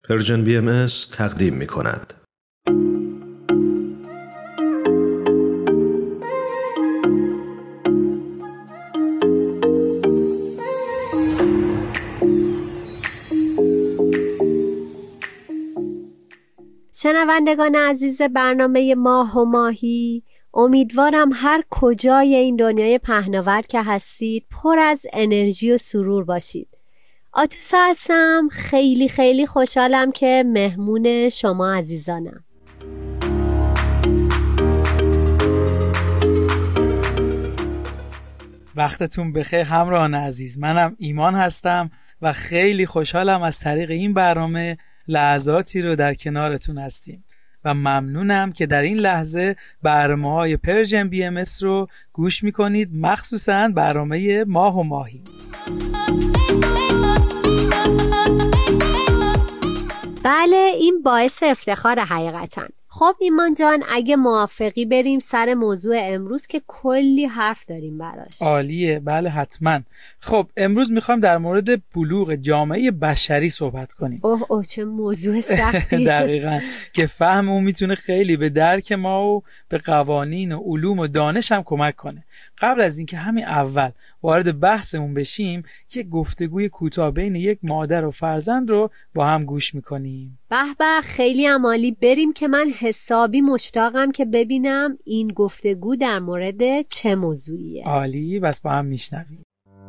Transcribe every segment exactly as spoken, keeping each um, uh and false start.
پرژن بی ام اس تقدیم می کند. شنوندگان عزیز برنامه ماه و ماهی، امیدوارم هر کجای این دنیای پهناور که هستید پر از انرژی و سرور باشید. آتوسا هستم، خیلی خیلی خوشحالم که مهمون شما عزیزانم. وقتتون بخیر همراهان عزیز، منم ایمان هستم و خیلی خوشحالم از طریق این برنامه لحظاتی رو در کنارتون هستیم و ممنونم که در این لحظه برنامه‌های پرژن بی ام اس رو گوش میکنید، مخصوصاً برنامه ماه و ماهی. بله، این باعث افتخار حقیقتاً. خب ایمان جان، اگه موافقی بریم سر موضوع امروز که کلی حرف داریم براش. عالیه، بله حتما. خب امروز میخوایم در مورد بلوغ جامعه بشری صحبت کنیم. اوه اوه چه موضوع سختی. دقیقاً، که فهم اون میتونه خیلی به درک ما و به قوانین و علوم و دانش هم کمک کنه. قبل از اینکه همین اول وارد بحثمون بشیم، یک گفتگوی کوتاه بین یک مادر و فرزند رو با هم گوش میکنیم. به به، خیلی عالی. بریم که من حسابی مشتاقم که ببینم این گفتگو در مورد چه موضوعیه. عالی، بس با هم میشنویم.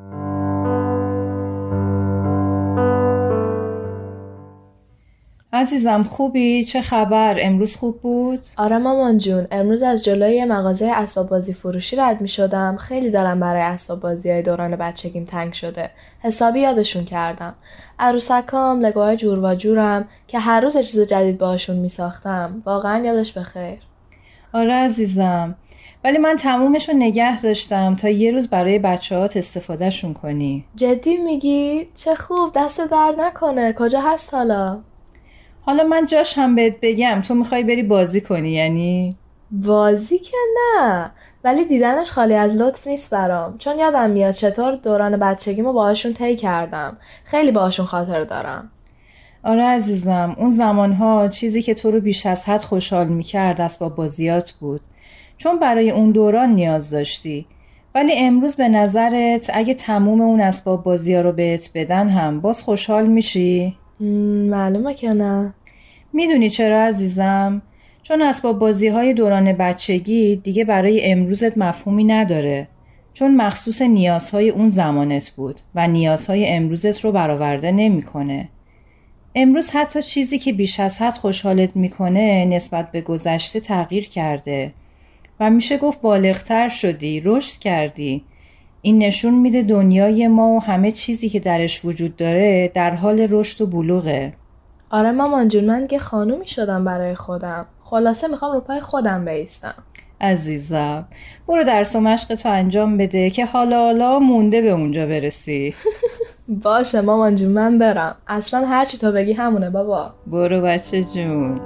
عزیزم خوبی؟ چه خبر؟ امروز خوب بود؟ آره مامان جون، امروز از جلوی مغازه اسباب بازی فروشی رد می شدم. خیلی دلم برای اسباب بازی های دوران بچگیم تنگ شده. حسابی یادشون کردم. عروسکام، لگوهای جور و جورم که هر روز چیز جدید باهاشون می ساختم. واقعا یادش بخیر. آره عزیزم، ولی من تمومش رو نگه داشتم تا یه روز برای بچه‌هات استفادهشون کنی. جدی میگی؟ چه خوب، دست در نکنه. کجا هست حالا؟ حالا من جاش هم بهت بگم، تو میخوای بری بازی کنی یعنی؟ بازی که نه، ولی دیدنش خالی از لطف نیست برام، چون یادم میاد چطور دوران بچگیمو باهاشون طی کردم. خیلی باهاشون خاطر دارم. آره عزیزم، اون زمانها چیزی که تو رو بیش از حد خوشحال میکرد اسباب بازیات بود، چون برای اون دوران نیاز داشتی. ولی امروز به نظرت اگه تموم اون اسباب بازی‌ها رو بهت بدن هم باز خوشحال میشی؟ معلومه که نه. میدونی چرا عزیزم؟ چون اسباب بازی‌های دوران بچگی دیگه برای امروزت مفهومی نداره، چون مخصوص نیازهای اون زمانت بود و نیازهای امروزت رو برآورده نمی‌کنه. امروز حتی چیزی که بیش از حد خوشحالت میکنه نسبت به گذشته تغییر کرده و میشه گفت بالغتر شدی، رشد کردی. این نشون میده دنیای ما و همه چیزی که درش وجود داره در حال رشد و بلوغه. آره مامان جون، من دیگه خانومی شدم برای خودم. خلاصه میخوام رو پای خودم بایستم. عزیزم برو درس و مشق تو انجام بده که حالا حالا مونده به اونجا برسی. باشه مامان جون، من برم. اصلا هرچی تو بگی همونه بابا. برو بچه جون.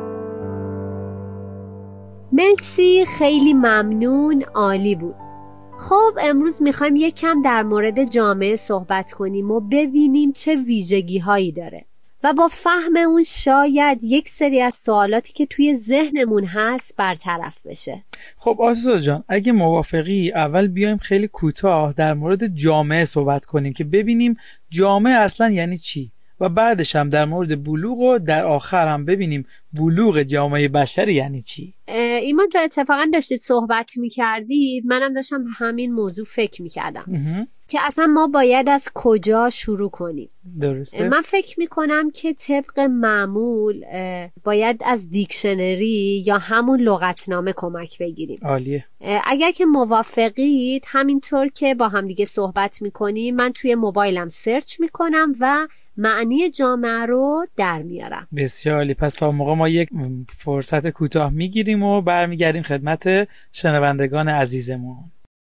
مرسی، خیلی ممنون، عالی بود. خب امروز میخوایم یک کم در مورد جامعه صحبت کنیم و ببینیم چه ویژگی هایی داره و با فهم اون شاید یک سری از سوالاتی که توی ذهنمون هست برطرف بشه. خب آتوسا جان، اگه موافقی اول بیایم خیلی کوتاه در مورد جامعه صحبت کنیم که ببینیم جامعه اصلا یعنی چی و بعدش هم در مورد بلوغ و در آخر هم ببینیم بلوغ جامعه بشری یعنی چی. ایمان جا اتفاقا داشتید صحبت میکردید، منم داشتم همین موضوع فکر میکردم که اصلا ما باید از کجا شروع کنیم. درسته. من فکر میکنم که طبق معمول باید از دیکشنری یا همون لغتنامه کمک بگیریم. عالیه. اگر که موافقید همینطور که با هم دیگه صحبت میکنیم من توی موبایلم سرچ میکنم و معنی جامعه رو در میارم. بسیار عالی. پس تا موقع ما یک فرصت کوتاه میگیریم و برمیگردیم خدمت شنوندگان عزیزمون.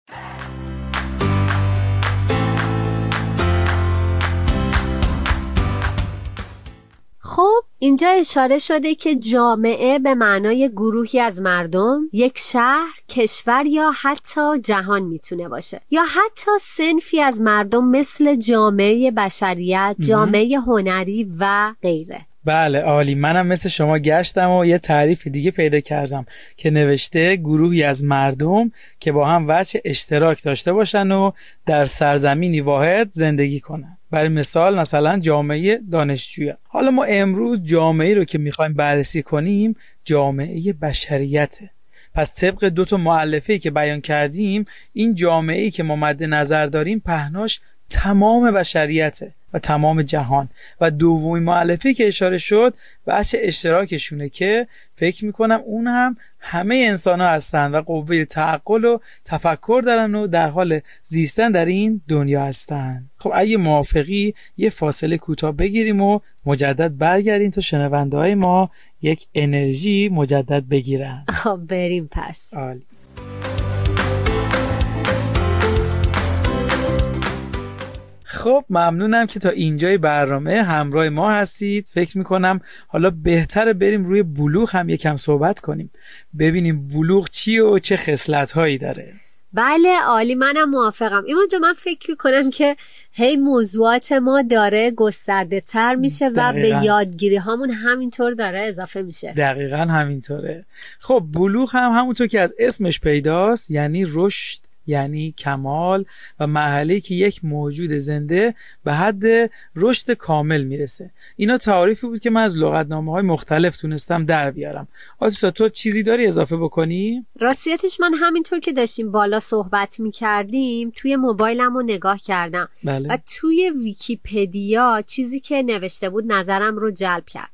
خب اینجا اشاره شده که جامعه به معنای گروهی از مردم، یک شهر، کشور یا حتی جهان میتونه باشه، یا حتی صنفی از مردم مثل جامعه بشریت، جامعه هنری و غیره. بله عالی. منم مثل شما گشتم و یه تعریف دیگه پیدا کردم که نوشته گروهی از مردم که با هم وجه اشتراک داشته باشن و در سرزمینی واحد زندگی کنن. برای مثال مثلا جامعه دانشجویان. حالا ما امروز جامعه رو که میخوایم بررسی کنیم جامعه بشریته. پس طبق دو تا مؤلفه‌ای که بیان کردیم این جامعه‌ای که ما مد نظر داریم پهناش تمام بشریته و تمام جهان. و دومین مؤلفه‌ای که اشاره شد بچه اشتراکشونه که فکر میکنم اون هم همه انسان ها هستن و قوه تعقل و تفکر دارن و در حال زیستن در این دنیا هستن. خب اگه موافقی یه فاصله کوتاه بگیریم و مجدد برگردیم تا شنونده های ما یک انرژی مجدد بگیرن. خب بریم پس. عالی. خب ممنونم که تا اینجای برنامه همراه ما هستید. فکر میکنم حالا بهتره بریم روی بلوغ هم یکم صحبت کنیم، ببینیم بلوغ چیه و چه خصلت‌هایی داره. بله عالی، منم موافقم. ایمان جا من فکر میکنم که هی موضوعات ما داره گسترده تر میشه و به یادگیری هامون همینطور داره اضافه میشه. دقیقاً همینطوره. خب بلوغ هم همونطور که از اسمش پیداست یعنی رشد، یعنی کمال و مرحله‌ای که یک موجود زنده به حد رشد کامل میرسه. اینا تعاریفی بود که من از لغتنامه‌های مختلف تونستم در بیارم. آتوسا تو چیزی داری اضافه بکنی؟ راستیتش من همینطور که داشتیم بالا صحبت میکردیم توی موبایلم رو نگاه کردم. بله. و توی ویکی‌پدیا چیزی که نوشته بود نظرم رو جلب کرد.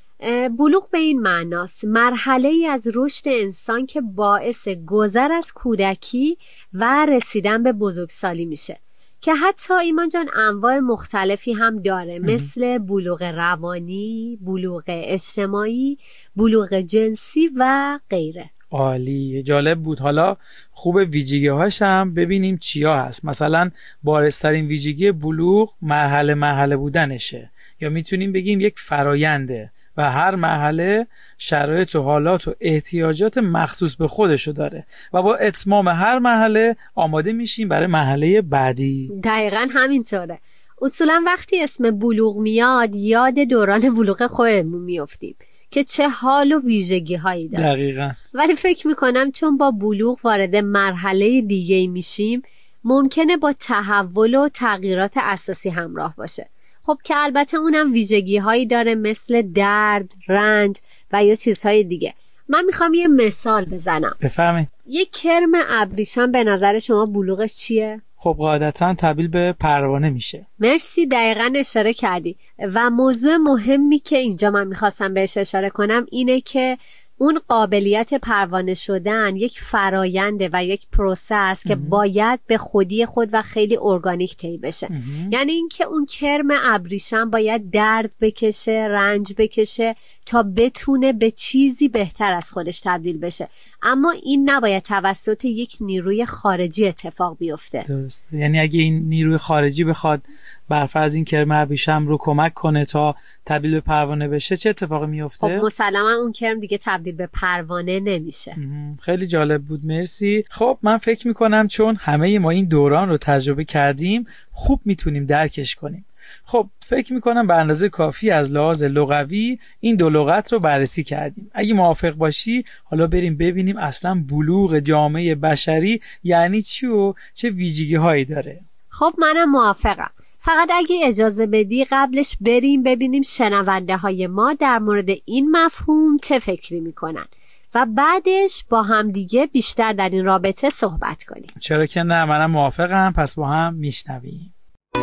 بلوغ به این معناست مرحله‌ای از رشد انسان که باعث گذر از کودکی و رسیدن به بزرگسالی میشه که حتی ایمان جان انواع مختلفی هم داره مثل بلوغ روانی، بلوغ اجتماعی، بلوغ جنسی و غیره. عالی، جالب بود. حالا خوب ویژگی هاش هم ببینیم چیا هست. مثلا بارزترین ویژگی بلوغ مرحله مرحله بودنشه، یا میتونیم بگیم یک فراینده و هر مرحله شرایط و حالات و احتیاجات مخصوص به خودشو داره و با اتمام هر مرحله آماده میشیم برای مرحله بعدی. دقیقاً همینطوره. اصولا وقتی اسم بلوغ میاد یاد دوران بلوغ خودمون میافتیم که چه حال و ویژگی هایی داشت. دقیقاً. ولی فکر میکنم چون با بلوغ وارد مرحله دیگه میشیم ممکنه با تحول و تغییرات اساسی همراه باشه. خب که البته اونم ویژگی هایی داره مثل درد، رنج و یا چیزهای دیگه. من میخوام یه مثال بزنم. بفهمید. یه کرم ابریشم به نظر شما بلوغش چیه؟ خب قاعدتا تبدیل به پروانه میشه. مرسی، دقیقاً اشاره کردی. و موضوع مهمی که اینجا من میخواستم بهش اشاره کنم اینه که اون قابلیت پروانه شدن یک فراینده و یک پروسه است که باید به خودی خود و خیلی ارگانیک طی بشه. یعنی اینکه اون کرم ابریشم باید درد بکشه، رنج بکشه تا بتونه به چیزی بهتر از خودش تبدیل بشه، اما این نباید توسط یک نیروی خارجی اتفاق بیفته. درست. یعنی اگه این نیروی خارجی بخواد برفرض این کرم ابریشم رو کمک کنه تا تبدیل به پروانه بشه چه اتفاقی میفته؟ خب مسلما اون کرم دیگه تبدیل به پروانه نمیشه. خیلی جالب بود، مرسی. خب من فکر میکنم چون همه ما این دوران رو تجربه کردیم خوب میتونیم درکش کنیم. خب فکر میکنم به اندازه کافی از لحاظ لغوی این دو لغت رو بررسی کردیم. اگه موافق باشی حالا بریم ببینیم اصلا بلوغ جامعه بشری یعنی چی و چه ویژگی هایی داره. خب منم موافقم. فقط اگه اجازه بدی قبلش بریم ببینیم شنونده های ما در مورد این مفهوم چه فکری میکنن و بعدش با هم دیگه بیشتر در این رابطه صحبت کنیم. چرا که نه، منم موافقم. پس با هم میشنویم.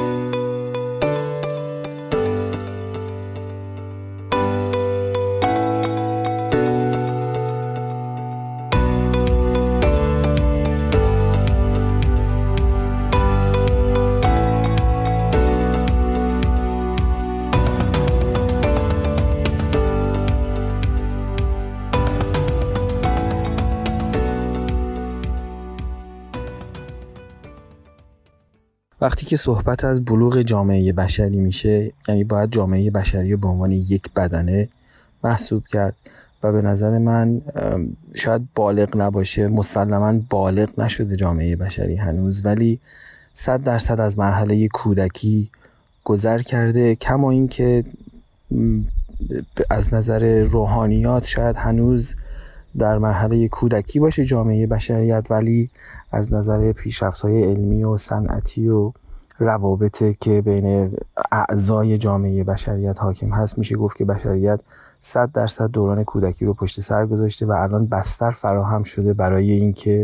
وقتی که صحبت از بلوغ جامعه بشری میشه یعنی باید جامعه بشری رو به عنوان یک بدنه محسوب کرد و به نظر من شاید بالغ نباشه، مسلماً بالغ نشده جامعه بشری هنوز، ولی صد درصد از مرحله کودکی گذر کرده. کما این که از نظر روحانیات شاید هنوز در مرحله کودکی باشه جامعه بشریت، ولی از نظر پیشرفت‌های علمی و صنعتی و روابطی که بین اعضای جامعه بشریت حاکم هست، میشه گفت که بشریت صد درصد دوران کودکی رو پشت سر گذاشته و الان بستر فراهم شده برای اینکه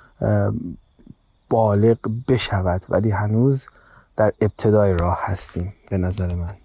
بالغ بشود، ولی هنوز در ابتدای راه هستیم به نظر من.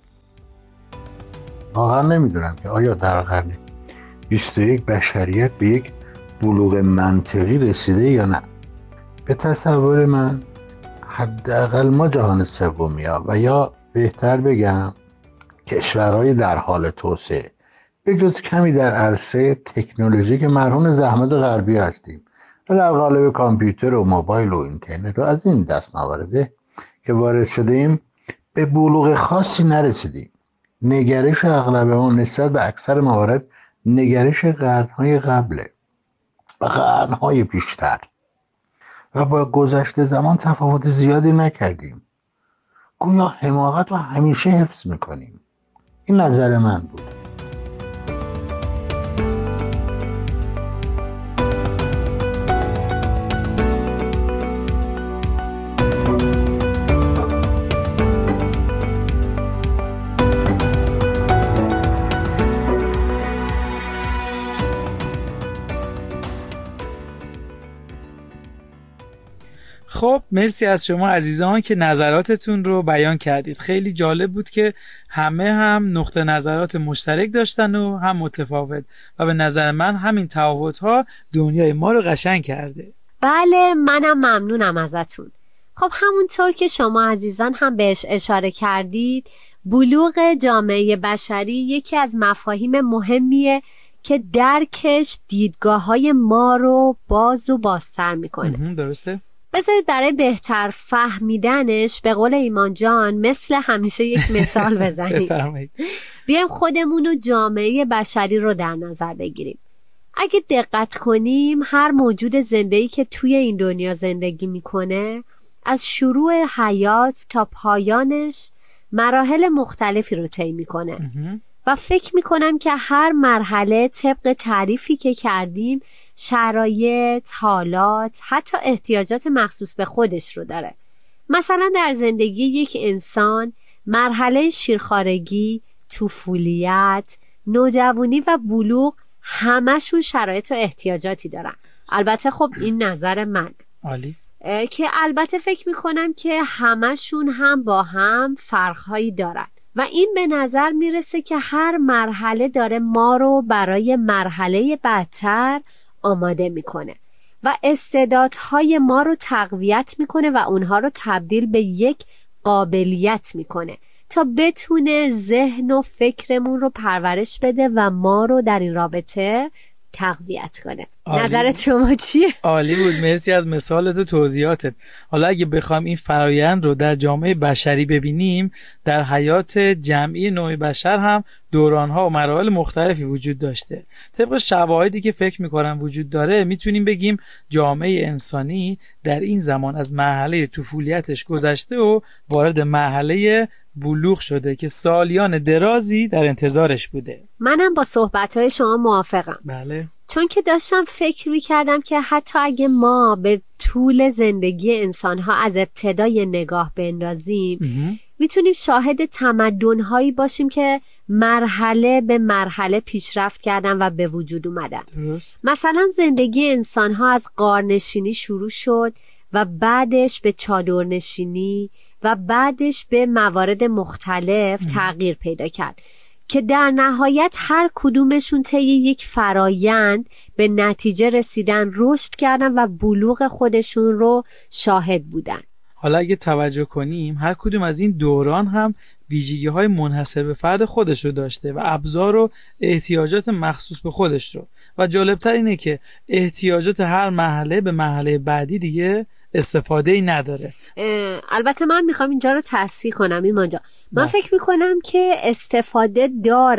واقعا نمیدونم که آیا در قرن بیست و یک بشریت به یک بلوغ منطقی رسیده یا نه. به تصور من حداقل ما جهان سومیا و یا بهتر بگم کشورهای در حال توسعه به جز کمی در عرصه تکنولوژی که مرهون زحمت غربی هستیم و در قالب کامپیوتر و موبایل و اینترنت و از این دست موارده که وارد شده ایم به بلوغ خاصی نرسیدیم. نگرش اغلب ما نسبت به اکثر موارد نگرش قرنهای قبله و قرنهای پیشتر و با گذشت زمان تفاوت زیادی نکردیم. گویا حماقت رو همیشه حفظ میکنیم. این نظر من بود. خب مرسی از شما عزیزان که نظراتتون رو بیان کردید. خیلی جالب بود که همه هم نقطه نظرات مشترک داشتن و هم متفاوت و به نظر من همین تفاوت‌ها دنیای ما رو قشنگ کرده. بله منم ممنونم ازتون. خب همونطور که شما عزیزان هم بهش اشاره کردید، بلوغ جامعه بشری یکی از مفاهیم مهمیه که درکش دیدگاه‌های ما رو باز و بازتر میکنه. درسته؟ بذارید برای بهتر فهمیدنش به قول ایمان جان مثل همیشه یک مثال بزنیم. بیایم خودمون و جامعه بشری رو در نظر بگیریم. اگه دقت کنیم هر موجود زنده‌ای که توی این دنیا زندگی میکنه از شروع حیات تا پایانش مراحل مختلفی رو طی میکنه و فکر میکنم که هر مرحله طبق تعریفی که کردیم شرایط، حالات، حتی احتیاجات مخصوص به خودش رو داره. مثلا در زندگی یک انسان مرحله شیرخوارگی، طفولیت، نوجوانی و بلوغ همشون شرایط و احتیاجاتی دارن. البته خب این نظر من عالی که البته فکر میکنم که همشون هم با هم فرقهایی دارن و این به نظر میرسه که هر مرحله داره ما رو برای مرحله بعدتر آماده میکنه و استعدادهای ما رو تقویت میکنه و اونها رو تبدیل به یک قابلیت میکنه تا بتونه ذهن و فکرمون رو پرورش بده و ما رو در این رابطه تقویت کنه. نظرت شما چیه؟ عالی بود، مرسی از مثالت و توضیحاتت. حالا اگه بخوام این فرایند رو در جامعه بشری ببینیم، در حیات جمعی نوع بشر هم دوران‌ها و مراحل مختلفی وجود داشته. طبق شواهدی که فکر می‌کنم وجود داره میتونیم بگیم جامعه انسانی در این زمان از مرحله طفولیتش گذشته و وارد مرحله بلوغ شده که سالیان درازی در انتظارش بوده. منم با صحبت‌های شما موافقم. بله. چون که داشتم فکر می‌کردم که حتی اگه ما به طول زندگی انسان‌ها از ابتدای نگاه بندازیم میتونیم شاهد تمدن‌هایی باشیم که مرحله به مرحله پیشرفت کردن و به وجود اومدن. درست. مثلا زندگی انسان‌ها از غارنشینی شروع شد و بعدش به چادرنشینی و بعدش به موارد مختلف تغییر پیدا کرد که در نهایت هر کدومشون طی یک فرایند به نتیجه رسیدن، رشد کردن و بلوغ خودشون رو شاهد بودن. حالا اگه توجه کنیم هر کدوم از این دوران هم ویژگی‌های منحصر به فرد خودش رو داشته و ابزار و احتیاجات مخصوص به خودش رو و جالبتر اینه که احتیاجات هر مرحله به مرحله بعدی دیگه استفاده ای نداره. البته من میخوام اینجا رو تصحیح کنم ایمان جان. من فکر میکنم که استفاده داره،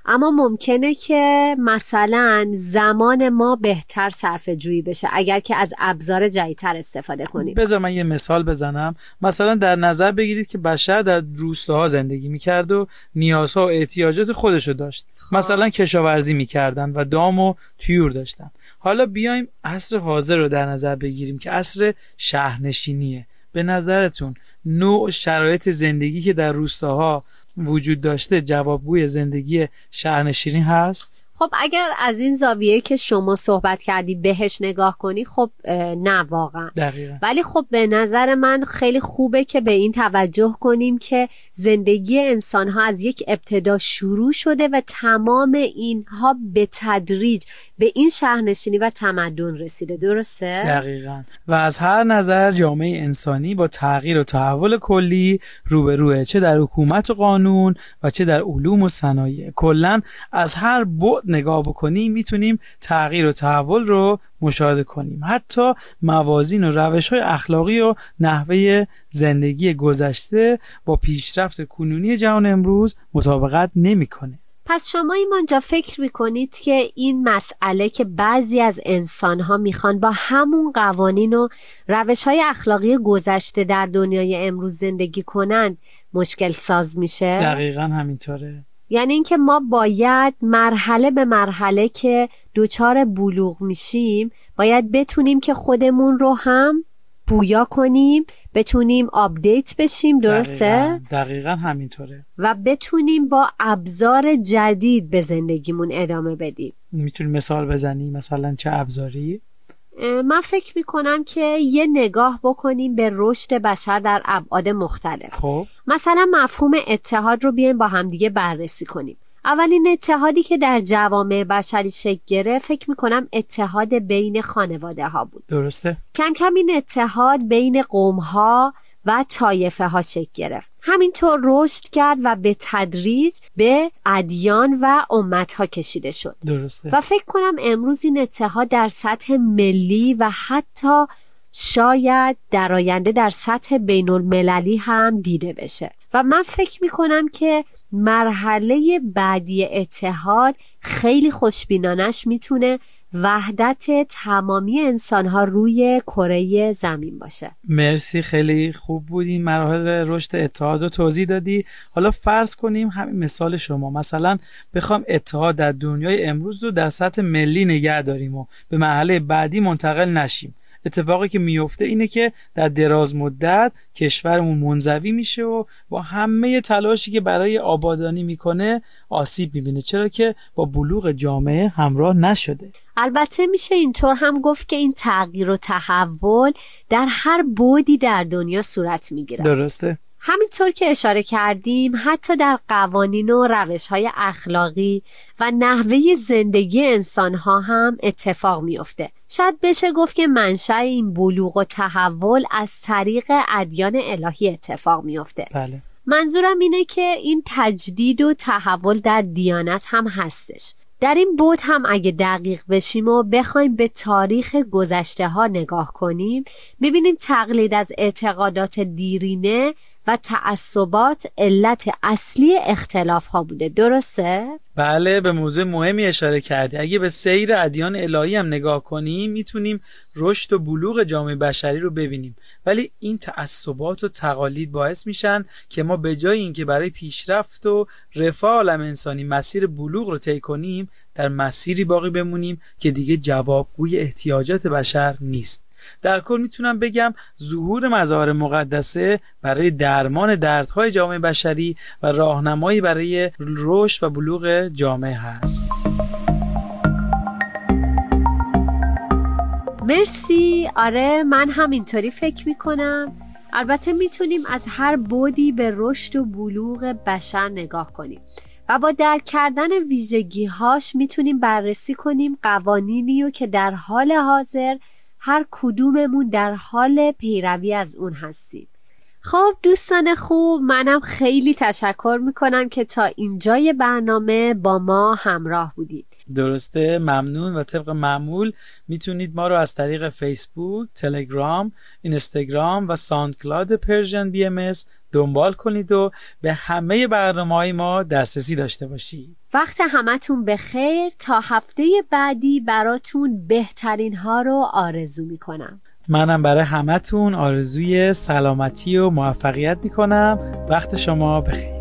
اما ممکنه که مثلا زمان ما بهتر صرفه جویی بشه اگر که از ابزار جدیدتر استفاده کنیم. بذار من یه مثال بزنم. مثلا در نظر بگیرید که بشر در روستاها زندگی میکرد و نیازها و احتیاجات خودشو داشت. خب. مثلا کشاورزی میکردن و دام و طیور داشتن. حالا بیایم عصر حاضر رو در نظر بگیریم که عصر شهرنشینیه. به نظرتون نوع و شرایط زندگی که در روستاها وجود داشته جوابگوی زندگی شهرنشینی هست؟ خب اگر از این زاویه که شما صحبت کردی بهش نگاه کنی، خب نه واقعا. دقیقا. ولی خب به نظر من خیلی خوبه که به این توجه کنیم که زندگی انسان‌ها از یک ابتدا شروع شده و تمام اینها به تدریج به این شهرنشینی و تمدن رسیده. درسته؟ دقیقا. و از هر نظر جامعه انسانی با تغییر و تحول کلی روبروه، چه در حکومت و قانون و چه در علوم و صنایع. کلاً از هر بعد نگاه بکنیم میتونیم تغییر و تحول رو مشاهده کنیم. حتی موازین و روش‌های اخلاقی و نحوه زندگی گذشته با پیشرفت کنونی جهان امروز مطابقت نمیکنه. پس شما ایمان جا فکر میکنید که این مسئله که بعضی از انسان‌ها میخوان با همون قوانین و روش‌های اخلاقی گذشته در دنیای امروز زندگی کنند مشکل ساز میشه؟ دقیقاً همینطوره. یعنی اینکه ما باید مرحله به مرحله که دوچار بلوغ میشیم باید بتونیم که خودمون رو هم پویا کنیم، بتونیم آپدیت بشیم. درسته؟ دقیقاً, دقیقاً همینطوره. و بتونیم با ابزار جدید به زندگیمون ادامه بدیم. میتونی مثال بزنی؟ مثلا چه ابزاری؟ من فکر میکنم که یه نگاه بکنیم به رشد بشر در ابعاد مختلف. خب مثلا مفهوم اتحاد رو بیایم با همدیگه بررسی کنیم. اولین اتحادی که در جوامع بشری شکل گرفت فکر میکنم اتحاد بین خانواده ها بود. درسته. کم کم این اتحاد بین قوم ها و طایفه ها شکل گرفت. همینطور رشد کرد و به تدریج به ادیان و امت ها کشیده شد. درسته. و فکر کنم امروز این اتحاد در سطح ملی و حتی شاید در آینده در سطح بین المللی هم دیده بشه. و من فکر میکنم که مرحله بعدی اتحاد خیلی خوشبینانش میتونه وحدت تمامی انسانها روی کره زمین باشه. مرسی، خیلی خوب بود این مراحل رشد اتحاد رو توضیح دادی. حالا فرض کنیم همین مثال شما، مثلا بخوام اتحاد در دنیای امروز رو در سطح ملی نگه داریم و به مرحله بعدی منتقل نشیم. اتفاقی که میفته اینه که در دراز مدت کشورمون منزوی میشه و با همه تلاشی که برای آبادانی میکنه آسیب میبینه، چرا که با بلوغ جامعه همراه نشده. البته میشه اینطور هم گفت که این تغییر و تحول در هر بعدی در دنیا صورت میگیره. درسته. همینطور که اشاره کردیم حتی در قوانین و روش‌های اخلاقی و نحوه زندگی انسان‌ها هم اتفاق میفته. شاید بشه گفت که منشأ این بلوغ و تحول از طریق ادیان الهی اتفاق میفته. بله. منظورم اینه که این تجدید و تحول در دیانت هم هستش. در این بود هم اگه دقیق بشیم و بخوایم به تاریخ گذشته ها نگاه کنیم میبینیم تقلید از اعتقادات دیرینه و تعصبات علت اصلی اختلاف ها بوده. درسته؟ بله، به موضوع مهمی اشاره کردی. اگه به سیر ادیان الهی هم نگاه کنیم میتونیم رشد و بلوغ جامعه بشری رو ببینیم، ولی این تعصبات و تقالید باعث میشن که ما به جای اینکه برای پیشرفت و رفاه عالم انسانی مسیر بلوغ رو طی کنیم در مسیری باقی بمونیم که دیگه جوابگوی احتیاجات بشر نیست. در کل میتونم بگم ظهور مظاهر مقدسه برای درمان دردهای جامعه بشری و راهنمایی برای رشد و بلوغ جامعه هست. مرسی. آره من هم اینطوری فکر میکنم. البته میتونیم از هر بعدی به رشد و بلوغ بشر نگاه کنیم و با درک کردن ویژگی‌هاش میتونیم بررسی کنیم قوانینی رو که در حال حاضر هر کدوممون در حال پیروی از اون هستیم. خب دوستان خوب، منم خیلی تشکر میکنم که تا اینجای برنامه با ما همراه بودید. درسته، ممنون. و طبق معمول میتونید ما رو از طریق فیسبوک، تلگرام، اینستاگرام و ساوندکلاود پرژن بی ام اس دنبال کنید و به همه برنامه‌های ما دسترسی داشته باشید. وقت همتون بخیر، تا هفته بعدی براتون بهترین ها رو آرزو میکنم. منم برای همتون آرزوی سلامتی و موفقیت میکنم. وقت شما بخیر.